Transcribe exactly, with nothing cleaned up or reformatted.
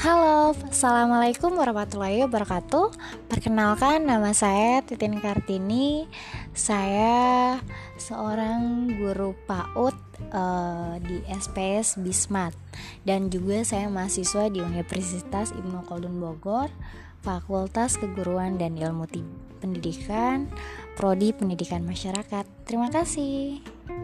Halo, Assalamualaikum warahmatullahi wabarakatuh. Perkenalkan, nama saya Titin Kartini. Saya seorang guru PAUD uh, di S P S Bismat. Dan juga saya mahasiswa di Universitas Ibnu Khaldun Bogor, Fakultas Keguruan dan Ilmu Pendidikan, Prodi Pendidikan Masyarakat. Terima kasih.